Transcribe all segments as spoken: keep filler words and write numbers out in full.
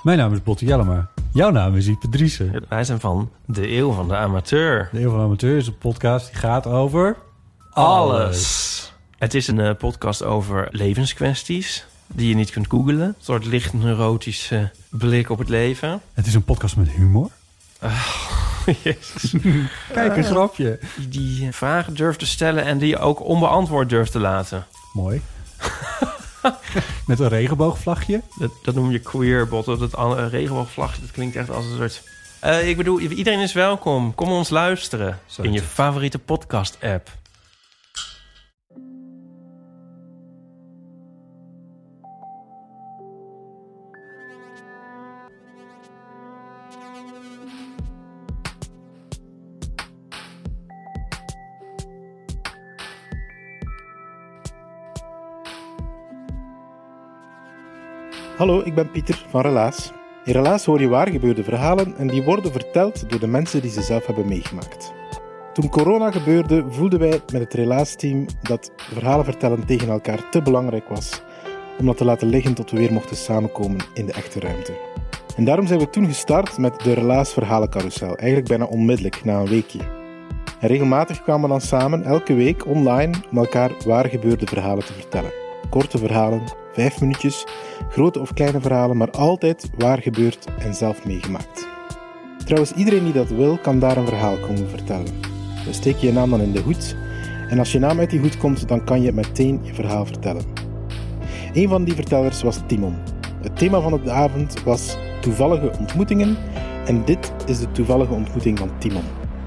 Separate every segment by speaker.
Speaker 1: Mijn naam is Botte Jellema. Jouw naam is Ipe Driessen.
Speaker 2: Wij zijn van De Eeuw van de Amateur.
Speaker 1: De Eeuw van de Amateur is een podcast die gaat over...
Speaker 2: Alles.
Speaker 1: alles.
Speaker 2: Het is een uh, podcast over levenskwesties die je niet kunt googlen. Een soort licht neurotische blik op het leven.
Speaker 1: Het is een podcast met humor.
Speaker 2: Oh, jezus.
Speaker 1: Kijk, een grapje.
Speaker 2: Die, die vragen durft te stellen en die je ook onbeantwoord durft te laten.
Speaker 1: Mooi. Met een regenboogvlagje.
Speaker 2: Dat, dat noem je queerbot. Dat uh, regenboogvlagje, dat klinkt echt als een soort... Uh, ik bedoel, iedereen is welkom. Kom ons luisteren. Zo in je favoriete podcast-app.
Speaker 3: Hallo, ik ben Pieter van Relaas. In Relaas hoor je waar gebeurde verhalen en die worden verteld door de mensen die ze zelf hebben meegemaakt. Toen corona gebeurde, voelden wij met het Relaas-team dat verhalen vertellen tegen elkaar te belangrijk was om dat te laten liggen tot we weer mochten samenkomen in de echte ruimte. En daarom zijn we toen gestart met de Relaas Verhalencarousel, eigenlijk bijna onmiddellijk, na een weekje. En regelmatig kwamen we dan samen, elke week online, om elkaar waar gebeurde verhalen te vertellen. Korte verhalen, vijf minuutjes, grote of kleine verhalen, maar altijd waar gebeurd en zelf meegemaakt. Trouwens, iedereen die dat wil, kan daar een verhaal komen vertellen. Dus steek je naam dan in de hoed en als je naam uit die hoed komt, dan kan je meteen je verhaal vertellen. Een van die vertellers was Timon. Het thema van de avond was toevallige ontmoetingen en dit is de toevallige ontmoeting van Timon.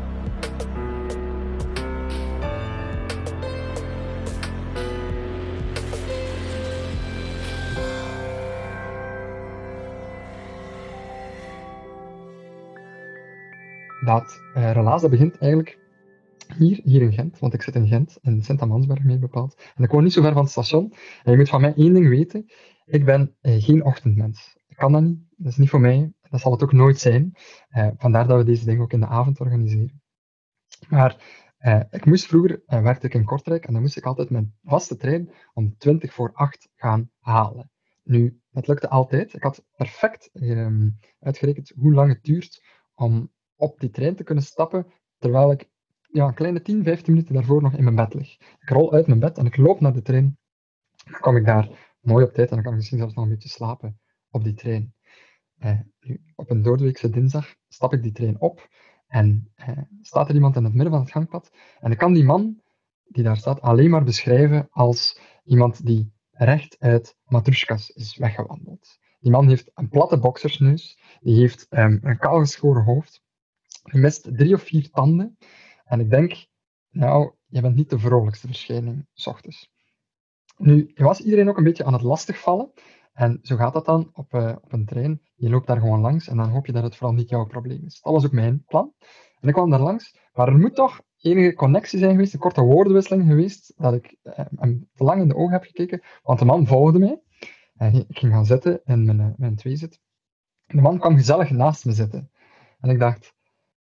Speaker 4: Dat uh, Relaas, dat begint eigenlijk hier, hier in Gent, want ik zit in Gent, in Sint-Amansberg meer bepaald. En ik woon niet zo ver van het station. En je moet van mij één ding weten, ik ben uh, geen ochtendmens. Ik kan dat niet, dat is niet voor mij, dat zal het ook nooit zijn. Uh, vandaar dat we deze ding ook in de avond organiseren. Maar uh, ik moest vroeger, uh, werkte ik in Kortrijk, en dan moest ik altijd mijn vaste trein om twintig voor acht gaan halen. Nu, dat lukte altijd. Ik had perfect um, uitgerekend hoe lang het duurt om op die trein te kunnen stappen, terwijl ik ja, een kleine tien, vijftien minuten daarvoor nog in mijn bed lig. Ik rol uit mijn bed en ik loop naar de trein. Dan kom ik daar mooi op tijd en dan kan ik misschien zelfs nog een beetje slapen op die trein. Uh, nu, op een doordeweekse dinsdag stap ik die trein op en uh, staat er iemand in het midden van het gangpad. En ik kan die man die daar staat alleen maar beschrijven als iemand die recht uit Matrushkas is weggewandeld. Die man heeft een platte boksersneus, die heeft um, een kaalgeschoren hoofd. Je mist drie of vier tanden. En ik denk, nou, je bent niet de vrolijkste verschijning 's ochtends. Nu, je was iedereen ook een beetje aan het lastigvallen. En zo gaat dat dan op, uh, op een trein. Je loopt daar gewoon langs en dan hoop je dat het vooral niet jouw probleem is. Dat was ook mijn plan. En ik kwam daar langs, maar er moet toch enige connectie zijn geweest, een korte woordenwisseling geweest, dat ik uh, hem te lang in de ogen heb gekeken. Want de man volgde mij. En ik ging gaan zitten in mijn, uh, mijn tweezit. De man kwam gezellig naast me zitten. En ik dacht...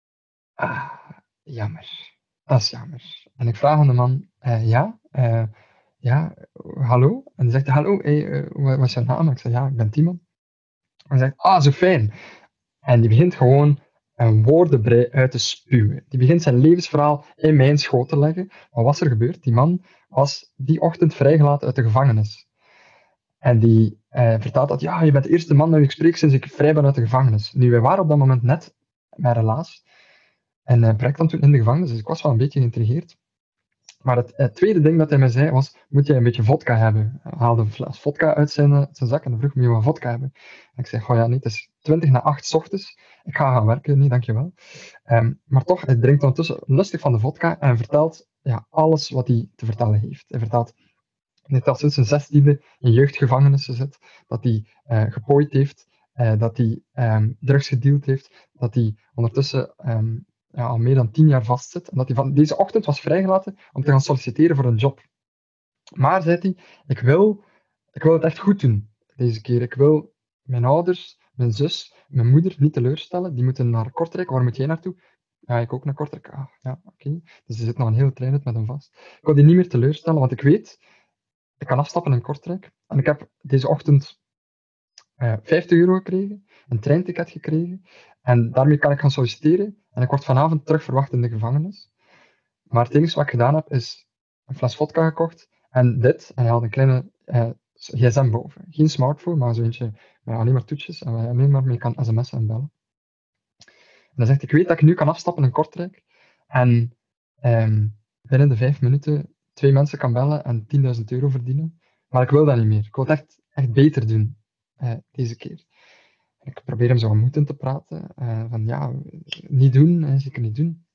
Speaker 4: Ah, jammer. Dat is jammer. En ik vraag aan de man, uh, ja, uh, ja, hallo? En die zegt, hallo, hey, uh, wat is jouw naam? En ik zeg, ja, ik ben Timon. En hij zegt, ah, zo fijn. En die begint gewoon een woordenbrei uit te spuwen. Die begint zijn levensverhaal in mijn schoot te leggen. Wat was er gebeurd? Die man was die ochtend vrijgelaten uit de gevangenis. En die uh, vertelt dat, ja, je bent de eerste man met wie ik spreek sinds ik vrij ben uit de gevangenis. Nu, wij waren op dat moment net met Relaas. En hij uh, dan toen in de gevangenis, dus ik was wel een beetje geïntrigeerd. Maar het, het tweede ding dat hij mij zei was, moet jij een beetje vodka hebben? Hij haalde een fles vodka uit zijn, uh, zijn zak en vroeg me, moet je wat vodka hebben? En ik zei, oh ja, nee, het is twintig na acht 's ochtends. Ik ga gaan werken, nee, dankjewel. Um, maar toch, hij drinkt ondertussen lustig van de vodka en vertelt ja, alles wat hij te vertellen heeft. Hij vertelt dat hij sinds zijn zestiende in jeugdgevangenissen zit, dat hij uh, gepooid heeft, uh, dat hij um, drugs gedeeld heeft, dat hij ondertussen... Um, Ja, al meer dan tien jaar vastzit. En dat hij van deze ochtend was vrijgelaten om te gaan solliciteren voor een job. Maar, zei hij, ik wil, ik wil het echt goed doen deze keer. Ik wil mijn ouders, mijn zus, mijn moeder niet teleurstellen. Die moeten naar Kortrijk. Waar moet jij naartoe? Ja, ik ook naar Kortrijk. Ah, ja, oké. Okay. Dus er zit nog een hele trein met hem vast. Ik wil die niet meer teleurstellen, want ik weet, ik kan afstappen in Kortrijk. En ik heb deze ochtend uh, vijftig euro gekregen, een treinticket gekregen. En daarmee kan ik gaan solliciteren. En ik word vanavond terug verwacht in de gevangenis. Maar het enige wat ik gedaan heb, is een fles vodka gekocht. En dit, en hij had een kleine uh, gsm boven. Geen smartphone, maar zo eentje met alleen maar toetjes. En waar je alleen maar mee kan sms'en en bellen. En hij zegt, ik weet dat ik nu kan afstappen in Kortrijk. En um, binnen de vijf minuten twee mensen kan bellen en tienduizend euro verdienen. Maar ik wil dat niet meer. Ik wil het echt, echt beter doen, uh, deze keer. En ik probeer hem zo moed in te praten. Uh, van ja, niet doen, hè, zeker niet doen.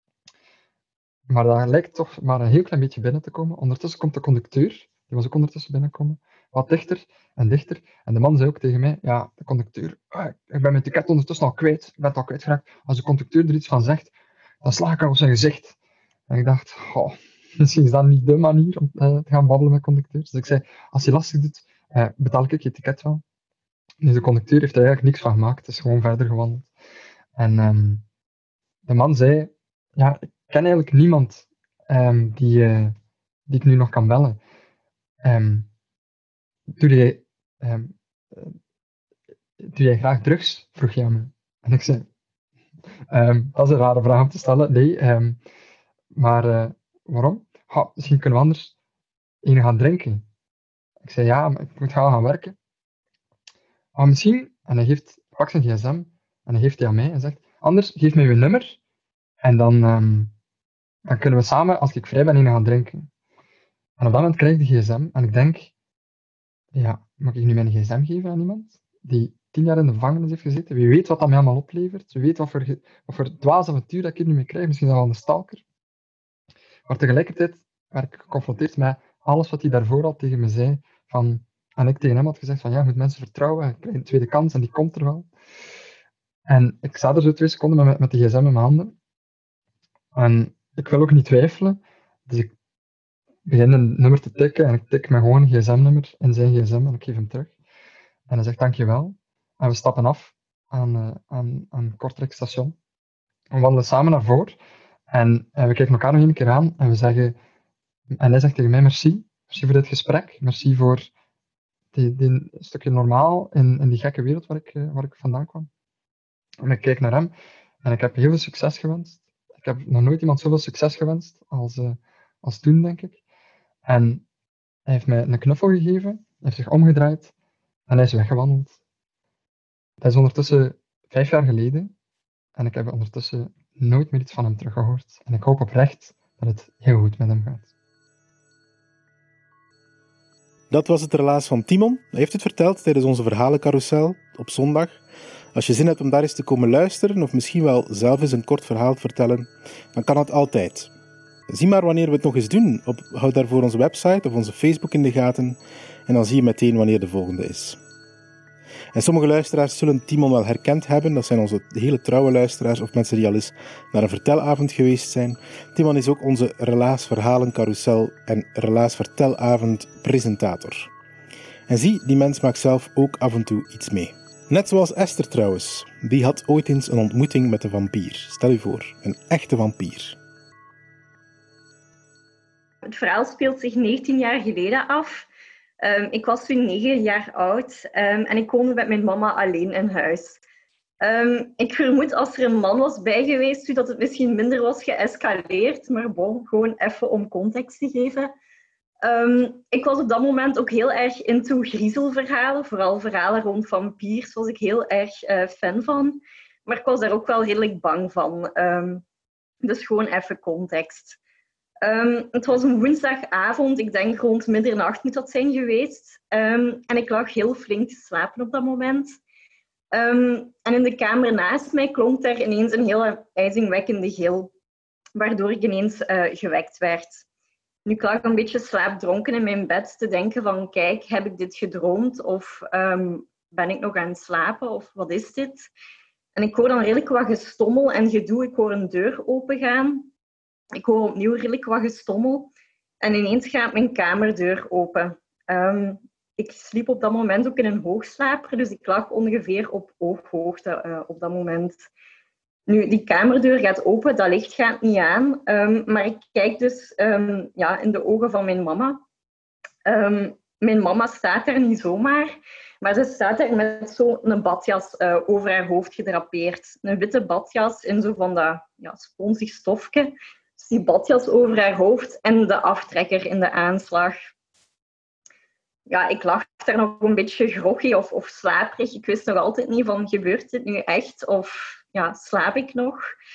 Speaker 4: Maar dat lijkt toch maar een heel klein beetje binnen te komen. Ondertussen komt de conducteur, die was ook ondertussen binnenkomen, wat dichter en dichter. En de man zei ook tegen mij, ja, de conducteur, ah, ik ben mijn ticket ondertussen al kwijt, ik ben het al kwijtgeraakt. Als de conducteur er iets van zegt, dan sla ik hem op zijn gezicht. En ik dacht, oh, misschien is dat niet de manier om uh, te gaan babbelen met conducteurs. Dus ik zei, als je lastig doet, uh, betaal ik je ticket wel. Dus de conducteur heeft er eigenlijk niks van gemaakt, het is gewoon verder gewandeld. En um, de man zei, ja, ik ken eigenlijk niemand um, die, uh, die ik nu nog kan bellen. Um, doe, jij, um, uh, doe jij graag drugs? Vroeg hij aan me. En ik zei, um, dat is een rare vraag om te stellen. Nee, um, maar uh, waarom? Ha, misschien kunnen we anders een gaan drinken. Ik zei, ja, maar ik moet gaan gaan werken. Maar misschien, en hij geeft, pakt zijn gsm en hij geeft die aan mij en zegt, anders geef mij uw nummer en dan, um, dan kunnen we samen, als ik vrij ben, een gaan drinken. En op dat moment krijg ik de gsm en ik denk, ja, mag ik nu mijn gsm geven aan iemand die tien jaar in de gevangenis heeft gezeten? Wie weet wat dat mij allemaal oplevert? Wie weet wat voor, wat voor dwaas avontuur dat ik hier nu mee krijg? Misschien is dat wel een stalker. Maar tegelijkertijd werd ik geconfronteerd met alles wat hij daarvoor al tegen me zei. Van, en ik tegen hem had gezegd van, ja, je moet mensen vertrouwen, je krijgt een tweede kans en die komt er wel. En ik sta er zo twee seconden met, met de gsm in mijn handen. En ik wil ook niet twijfelen. Dus ik begin een nummer te tikken en ik tik mijn gewoon gsm-nummer in zijn gsm en ik geef hem terug. En hij zegt dankjewel. En we stappen af aan, uh, aan, aan Kortrijk station. We wandelen samen naar voren en, en we kijken elkaar nog een keer aan en we zeggen, en hij zegt tegen mij merci, merci voor dit gesprek, merci voor die, die stukje normaal in, in die gekke wereld waar ik, uh, waar ik vandaan kwam. En ik kijk naar hem en ik heb heel veel succes gewenst. Ik heb nog nooit iemand zoveel succes gewenst als, uh, als toen, denk ik. En hij heeft mij een knuffel gegeven, hij heeft zich omgedraaid en hij is weggewandeld. Dat is ondertussen vijf jaar geleden en ik heb ondertussen nooit meer iets van hem teruggehoord. En ik hoop oprecht dat het heel goed met hem gaat.
Speaker 3: Dat was het relaas van Timon. Hij heeft het verteld tijdens onze verhalencarousel op zondag. Als je zin hebt om daar eens te komen luisteren of misschien wel zelf eens een kort verhaal te vertellen, dan kan dat altijd. Zie maar wanneer we het nog eens doen. Op, houd daarvoor onze website of onze Facebook in de gaten en dan zie je meteen wanneer de volgende is. En sommige luisteraars zullen Timon wel herkend hebben. Dat zijn onze hele trouwe luisteraars of mensen die al eens naar een vertelavond geweest zijn. Timon is ook onze Relaas Verhalencarousel en Relaas Vertelavond presentator. En zie, die mens maakt zelf ook af en toe iets mee. Net zoals Esther trouwens. Die had ooit eens een ontmoeting met een vampier. Stel je voor, een echte vampier.
Speaker 5: Het verhaal speelt zich negentien jaar geleden af. Um, ik was toen negen jaar oud um, en ik woonde met mijn mama alleen in huis. Um, ik vermoed als er een man was bij geweest, dat het misschien minder was geëscaleerd, maar bon, gewoon even om context te geven. Um, ik was op dat moment ook heel erg into griezelverhalen, vooral verhalen rond vampiers was ik heel erg uh, fan van. Maar ik was daar ook wel redelijk bang van. Um, dus gewoon even context. Um, het was een woensdagavond, ik denk rond middernacht moet dat zijn geweest. Um, en ik lag heel flink te slapen op dat moment. Um, en in de kamer naast mij klonk er ineens een hele ijzingwekkende gil, waardoor ik ineens uh, gewekt werd. Nu ik lag een beetje slaapdronken in mijn bed te denken van, kijk, heb ik dit gedroomd? Of um, ben ik nog aan het slapen? Of wat is dit? En ik hoor dan redelijk wat gestommel en gedoe. Ik hoor een deur opengaan. Ik hoor opnieuw redelijk wat gestommel. En ineens gaat mijn kamerdeur open. Um, ik sliep op dat moment ook in een hoogslaper, dus ik lag ongeveer op ooghoogte uh, op dat moment. Nu, die kamerdeur gaat open, dat licht gaat niet aan. Um, maar ik kijk dus um, ja, in de ogen van mijn mama. Um, mijn mama staat daar niet zomaar, Maar ze staat daar met zo'n badjas uh, over haar hoofd gedrapeerd. Een witte badjas in zo van dat ja, sponsig stofje. Dus die badjas over haar hoofd en de aftrekker in de aanslag. Ja, ik lag daar nog een beetje groggy of, of slaperig. Ik wist nog altijd niet van, gebeurt dit nu echt? Of ja, slaap ik nog?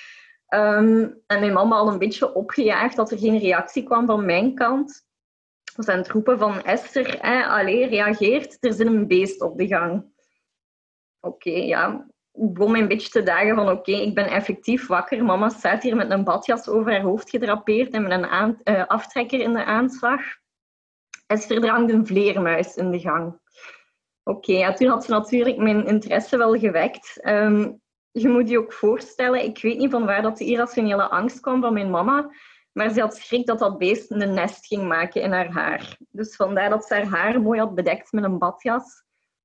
Speaker 5: Um, en mijn mama al een beetje opgejaagd dat er geen reactie kwam van mijn kant. We zijn aan het roepen van Esther, eh, allee, reageert, er zit een beest op de gang. Oké, okay, ja. Ik begon me een beetje te dagen van oké, okay, ik ben effectief wakker. Mama staat hier met een badjas over haar hoofd gedrapeerd en met een aan, uh, aftrekker in de aanslag. Esther, er hangt een vleermuis in de gang. Oké, okay, ja, toen had ze natuurlijk mijn interesse wel gewekt. Um, je moet je ook voorstellen, ik weet niet van waar dat de irrationele angst kwam van mijn mama, maar ze had schrik dat dat beest een nest ging maken in haar haar. Dus vandaar dat ze haar haar mooi had bedekt met een badjas.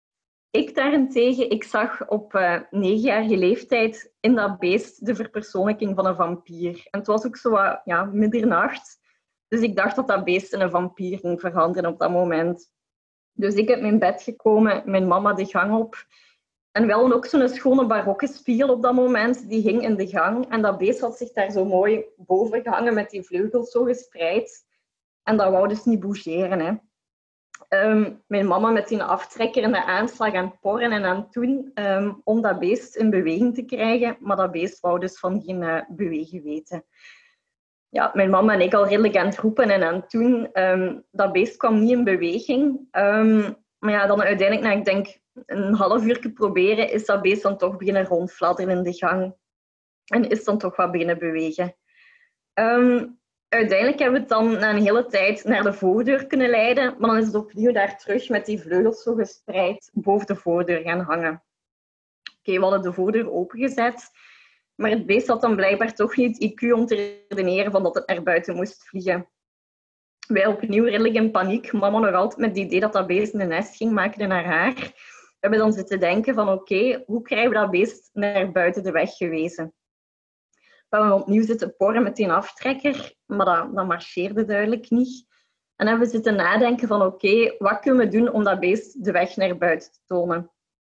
Speaker 5: Ik daarentegen, ik zag op uh, negenjarige leeftijd in dat beest de verpersoonlijking van een vampier. En het was ook zo uh, ja, middernacht. Dus ik dacht dat dat beest in een vampier ging veranderen op dat moment. Dus ik heb mijn bed gekomen, mijn mama de gang op. En we hadden ook zo'n schone barokke spiegel op dat moment. Die hing in de gang. En dat beest had zich daar zo mooi boven gehangen met die vleugels zo gespreid. En dat wou dus niet bougeren, hè. Um, mijn mama met die aftrekker in de aanslag aan het porren en aan het doen um, om dat beest in beweging te krijgen. Maar dat beest wou dus van geen uh, bewegen weten. Ja, mijn mama en ik al redelijk aan het roepen en aan het doen. Um, dat beest kwam niet in beweging. Um, maar ja, dan uiteindelijk, nou, ik denk een half uur proberen, is dat beest dan toch beginnen rondfladderen in de gang. En is dan toch wat beginnen bewegen. Um, uiteindelijk hebben we het dan na een hele tijd naar de voordeur kunnen leiden. Maar dan is het opnieuw daar terug met die vleugels zo gespreid boven de voordeur gaan hangen. Oké, okay, we hadden de voordeur opengezet. Maar het beest had dan blijkbaar toch niet het I Q om te redeneren van dat het naar buiten moest vliegen. Wij opnieuw redelijk in paniek. Mama nog altijd met het idee dat dat beest een nest ging maken in haar haar. We hebben dan zitten denken van oké, okay, hoe krijgen we dat beest naar buiten de weg gewezen? We hebben opnieuw zitten porren met die aftrekker, maar dat, dat marcheerde duidelijk niet. En hebben we zitten nadenken van oké, okay, wat kunnen we doen om dat beest de weg naar buiten te tonen?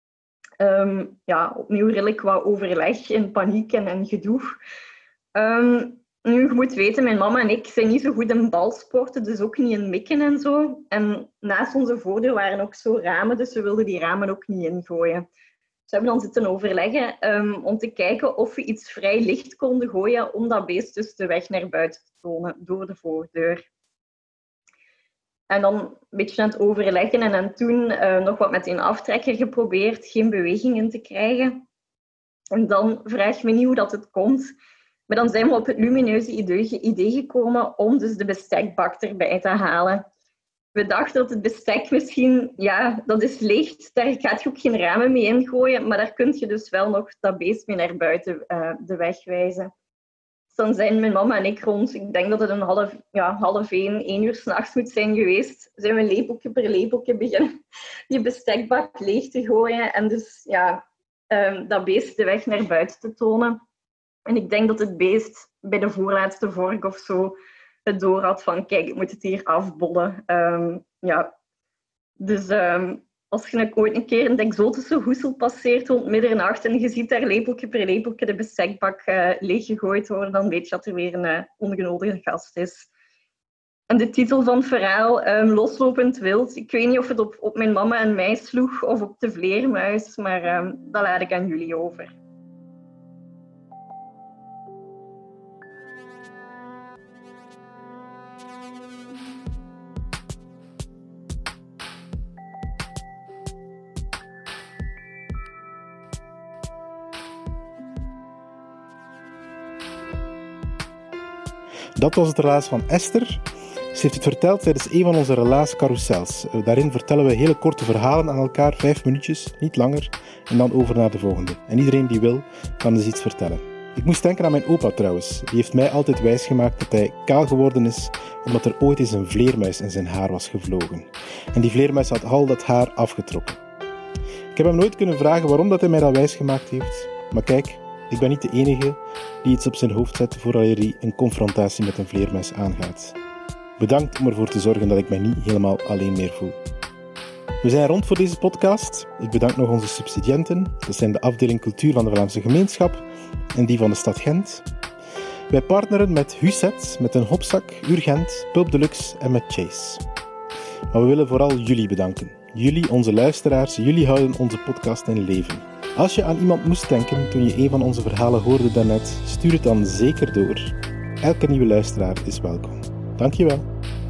Speaker 5: Um, ja, opnieuw redelijk wat overleg en paniek en, en gedoe. Um, nu, je moet weten, mijn mama en ik zijn niet zo goed in balsporten, dus ook niet in mikken en zo. En naast onze voordeur waren ook zo ramen, dus we wilden die ramen ook niet ingooien. Dus we hebben dan zitten overleggen um, om te kijken of we iets vrij licht konden gooien om dat beest dus de weg naar buiten te tonen, door de voordeur. En dan een beetje aan het overleggen en aan toen uh, nog wat met een aftrekker geprobeerd, geen beweging in te krijgen. En dan vraag je me niet hoe dat het komt. Maar dan zijn we op het lumineuze idee, idee gekomen om dus de bestekbak erbij te halen. We dachten dat het bestek misschien, ja, dat is licht, daar gaat je ook geen ramen mee ingooien, maar daar kun je dus wel nog dat beest mee naar buiten uh, de weg wijzen. Dus dan zijn mijn mama en ik rond, ik denk dat het een half, ja, half één, één uur 's nachts moet zijn geweest, zijn we lepeltje per lepeltje beginnen die bestekbak leeg te gooien en dus ja, um, dat beest de weg naar buiten te tonen. En ik denk dat het beest bij de voorlaatste vork of zo het door had van kijk, ik moet het hier afbollen. Um, ja. Dus um, als je ooit een keer een exotische hoesel passeert rond middernacht en je ziet daar lepeltje per lepeltje de bestekbak uh, leeggegooid worden, dan weet je dat er weer een uh, ongenodigde gast is. En de titel van het verhaal, um, Loslopend wild. Ik weet niet of het op, op mijn mama en mij sloeg of op de vleermuis, maar um, dat laat ik aan jullie over.
Speaker 3: Dat was het relaas van Esther. Ze heeft het verteld tijdens een van onze relaascarousels. Daarin vertellen we hele korte verhalen aan elkaar, vijf minuutjes, niet langer, en dan over naar de volgende. En iedereen die wil, kan dus iets vertellen. Ik moest denken aan mijn opa trouwens. Die heeft mij altijd wijsgemaakt dat hij kaal geworden is, omdat er ooit eens een vleermuis in zijn haar was gevlogen. En die vleermuis had al dat haar afgetrokken. Ik heb hem nooit kunnen vragen waarom dat hij mij dat wijsgemaakt heeft. Maar kijk, ik ben niet de enige die iets op zijn hoofd zet voordat hij een confrontatie met een vleermuis aangaat. Bedankt om ervoor te zorgen dat ik mij niet helemaal alleen meer voel. We zijn rond voor deze podcast. Ik bedank nog onze subsidiënten. Dat zijn de afdeling cultuur van de Vlaamse gemeenschap en die van de stad Gent. Wij partneren met Huset, met een Hopzak, Urgent, Pulp Deluxe en met Chase. Maar we willen vooral jullie bedanken. Jullie, onze luisteraars, jullie houden onze podcast in leven. Als je aan iemand moest denken toen je een van onze verhalen hoorde daarnet, stuur het dan zeker door. Elke nieuwe luisteraar is welkom. Dankjewel.